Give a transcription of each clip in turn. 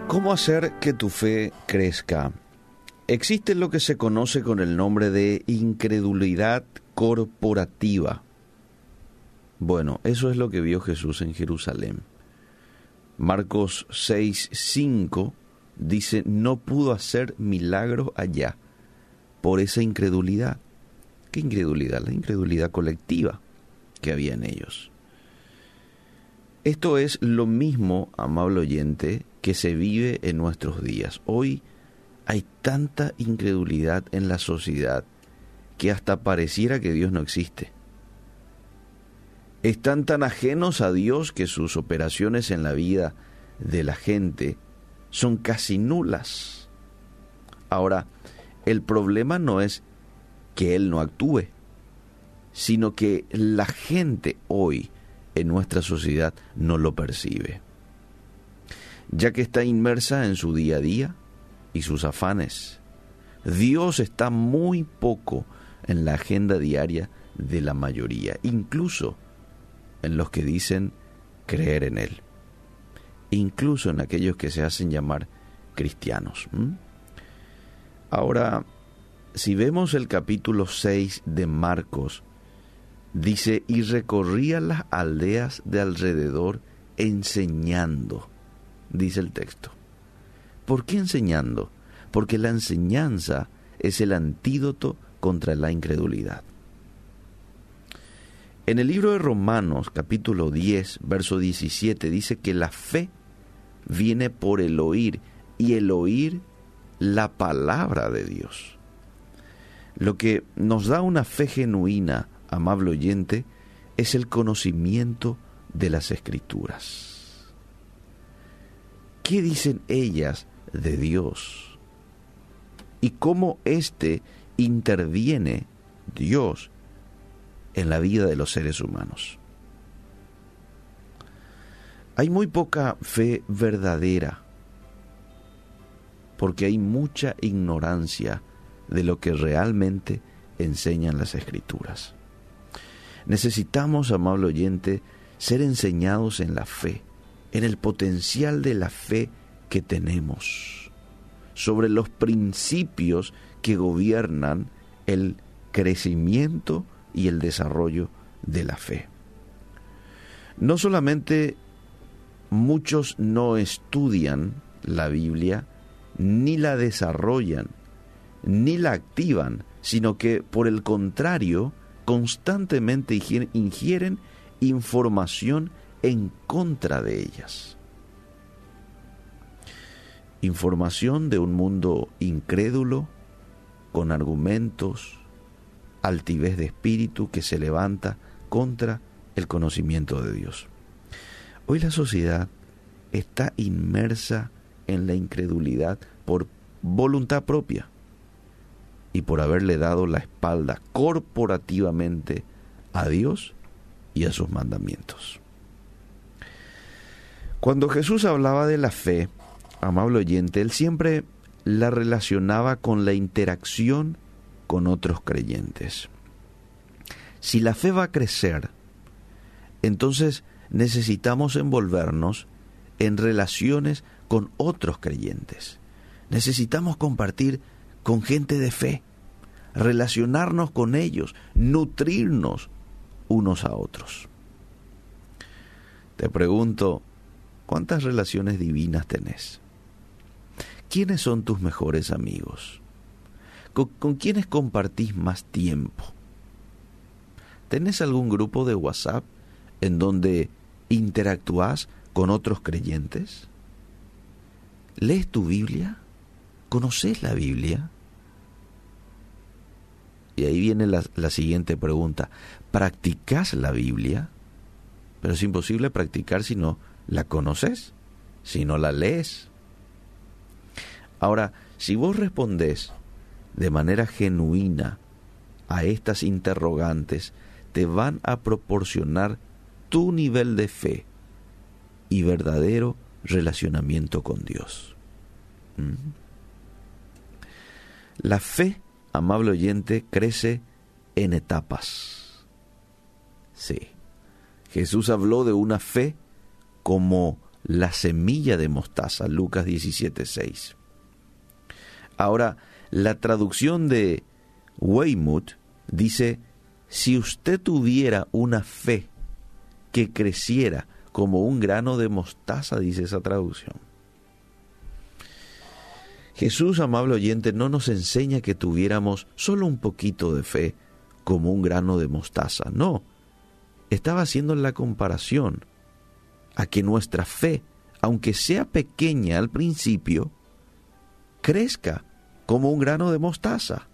¿Cómo hacer que tu fe crezca? Existe lo que se conoce con el nombre de incredulidad corporativa. Bueno, eso es lo que vio Jesús en Jerusalén. Marcos 6:5 dice, no pudo hacer milagros allá por esa incredulidad. ¿Qué incredulidad? La incredulidad colectiva que había en ellos. Esto es lo mismo, amable oyente, que se vive en nuestros días. Hoy hay tanta incredulidad en la sociedad que hasta pareciera que Dios no existe. Están tan ajenos a Dios que sus operaciones en la vida de la gente son casi nulas. Ahora, el problema no es que Él no actúe, sino que la gente hoy en nuestra sociedad no lo percibe, ya que está inmersa en su día a día y sus afanes. Dios está muy poco en la agenda diaria de la mayoría, incluso en los que dicen creer en Él, incluso en aquellos que se hacen llamar cristianos. Ahora, si vemos el capítulo 6 de Marcos, dice, y recorría las aldeas de alrededor enseñando, dice el texto. ¿Por qué enseñando? Porque la enseñanza es el antídoto contra la incredulidad. En el libro de Romanos, capítulo 10, verso 17, dice que la fe viene por el oír, y el oír la palabra de Dios. Lo que nos da una fe genuina, amable oyente, es el conocimiento de las Escrituras. ¿Qué dicen ellas de Dios? ¿Y cómo interviene Dios en la vida de los seres humanos? Hay muy poca fe verdadera, porque hay mucha ignorancia de lo que realmente enseñan las Escrituras. Necesitamos, amable oyente, ser enseñados en la fe, en el potencial de la fe que tenemos, sobre los principios que gobiernan el crecimiento y el desarrollo de la fe. No solamente muchos no estudian la Biblia, ni la desarrollan, ni la activan, sino que por el contrario, constantemente ingieren información en contra de ellas. Información de un mundo incrédulo, con argumentos, altivez de espíritu que se levanta contra el conocimiento de Dios. Hoy la sociedad está inmersa en la incredulidad por voluntad propia y por haberle dado la espalda corporativamente a Dios y a sus mandamientos. Cuando Jesús hablaba de la fe, amable oyente, Él siempre la relacionaba con la interacción con otros creyentes. Si la fe va a crecer, entonces necesitamos envolvernos en relaciones con otros creyentes. Necesitamos compartir con gente de fe, relacionarnos con ellos, nutrirnos unos a otros. Te pregunto, ¿cuántas relaciones divinas tenés? ¿Quiénes son tus mejores amigos? ¿Con quiénes compartís más tiempo? ¿Tenés algún grupo de WhatsApp en donde interactúas con otros creyentes? ¿Lees tu Biblia? ¿Conoces la Biblia? Y ahí viene la siguiente pregunta. ¿Practicás la Biblia? Pero es imposible practicar si no la conoces, si no la lees. Ahora, si vos respondés de manera genuina a estas interrogantes, te van a proporcionar tu nivel de fe y verdadero relacionamiento con Dios. La fe, amable oyente, crece en etapas. Sí. Jesús habló de una fe como la semilla de mostaza, Lucas 17:6. Ahora, la traducción de Weymouth dice: si usted tuviera una fe que creciera como un grano de mostaza, dice esa traducción. Jesús, amable oyente, no nos enseña que tuviéramos solo un poquito de fe como un grano de mostaza. No, estaba haciendo la comparación a que nuestra fe, aunque sea pequeña al principio, crezca como un grano de mostaza.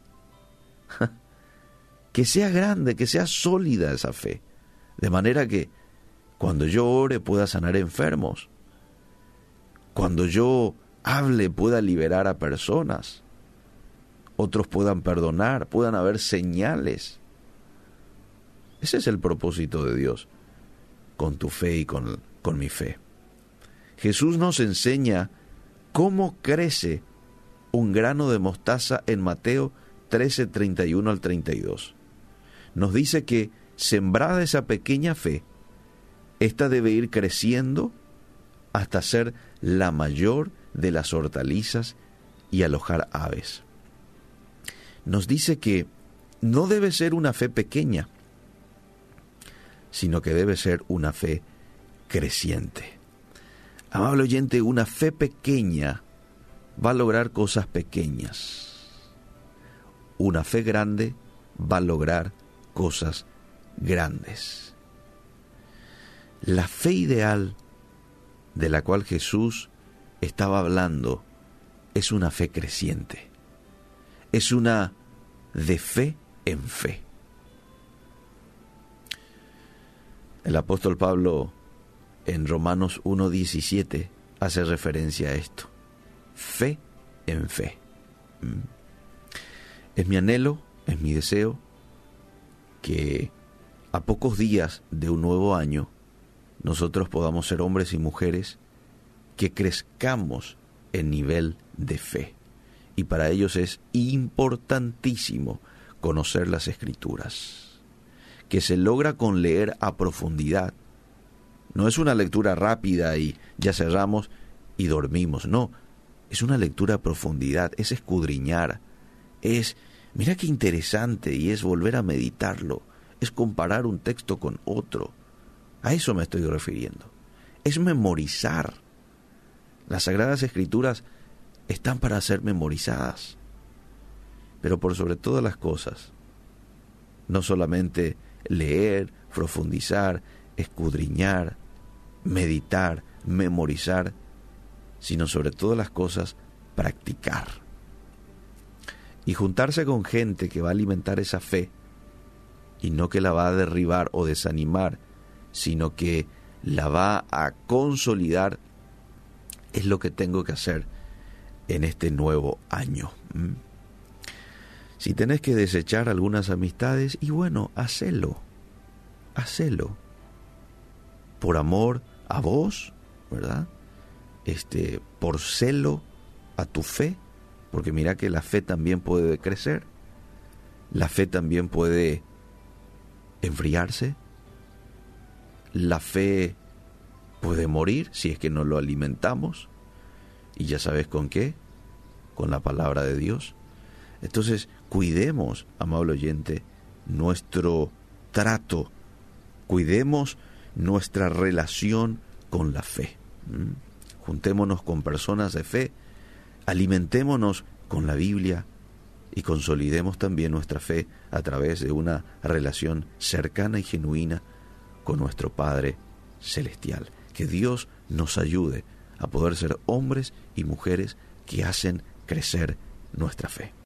Que sea grande, que sea sólida esa fe, de manera que cuando yo ore pueda sanar enfermos, cuando yo hable pueda liberar a personas, otros puedan perdonar, puedan haber señales. Ese es el propósito de Dios con tu fe y con mi fe. Jesús nos enseña cómo crece un grano de mostaza en Mateo 13:31 al 32. Nos dice que, sembrada esa pequeña fe, esta debe ir creciendo hasta ser la mayor de las hortalizas y alojar aves. Nos dice que no debe ser una fe pequeña, sino que debe ser una fe creciente. Amable oyente, una fe pequeña va a lograr cosas pequeñas. Una fe grande va a lograr cosas grandes. La fe ideal de la cual Jesús estaba hablando es una fe creciente. Es una de fe en fe. El apóstol Pablo en Romanos 1:17 hace referencia a esto. Fe en fe. Es mi anhelo, es mi deseo que a pocos días de un nuevo año nosotros podamos ser hombres y mujeres que crezcamos en nivel de fe. Y para ellos es importantísimo conocer las Escrituras, que se logra con leer a profundidad. No es una lectura rápida y ya cerramos y dormimos, no. Es una lectura a profundidad, es escudriñar, es, mira qué interesante, y es volver a meditarlo, es comparar un texto con otro. A eso me estoy refiriendo. Es memorizar. Las Sagradas Escrituras están para ser memorizadas. Pero por sobre todas las cosas, no solamente leer, profundizar, escudriñar, meditar, memorizar, sino sobre todas las cosas, practicar. Y juntarse con gente que va a alimentar esa fe, y no que la va a derribar o desanimar, sino que la va a consolidar, es lo que tengo que hacer en este nuevo año. Si tenés que desechar algunas amistades, y bueno, hacelo. Por amor a vos, ¿verdad? Por celo a tu fe, porque mira que la fe también puede crecer, la fe también puede enfriarse, la fe puede morir si es que no lo alimentamos, y ya sabes con qué, con la palabra de Dios. Entonces, cuidemos, amable oyente, nuestro trato, cuidemos nuestra relación con la fe. Juntémonos con personas de fe, alimentémonos con la Biblia y consolidemos también nuestra fe a través de una relación cercana y genuina con nuestro Padre Celestial. Que Dios nos ayude a poder ser hombres y mujeres que hacen crecer nuestra fe.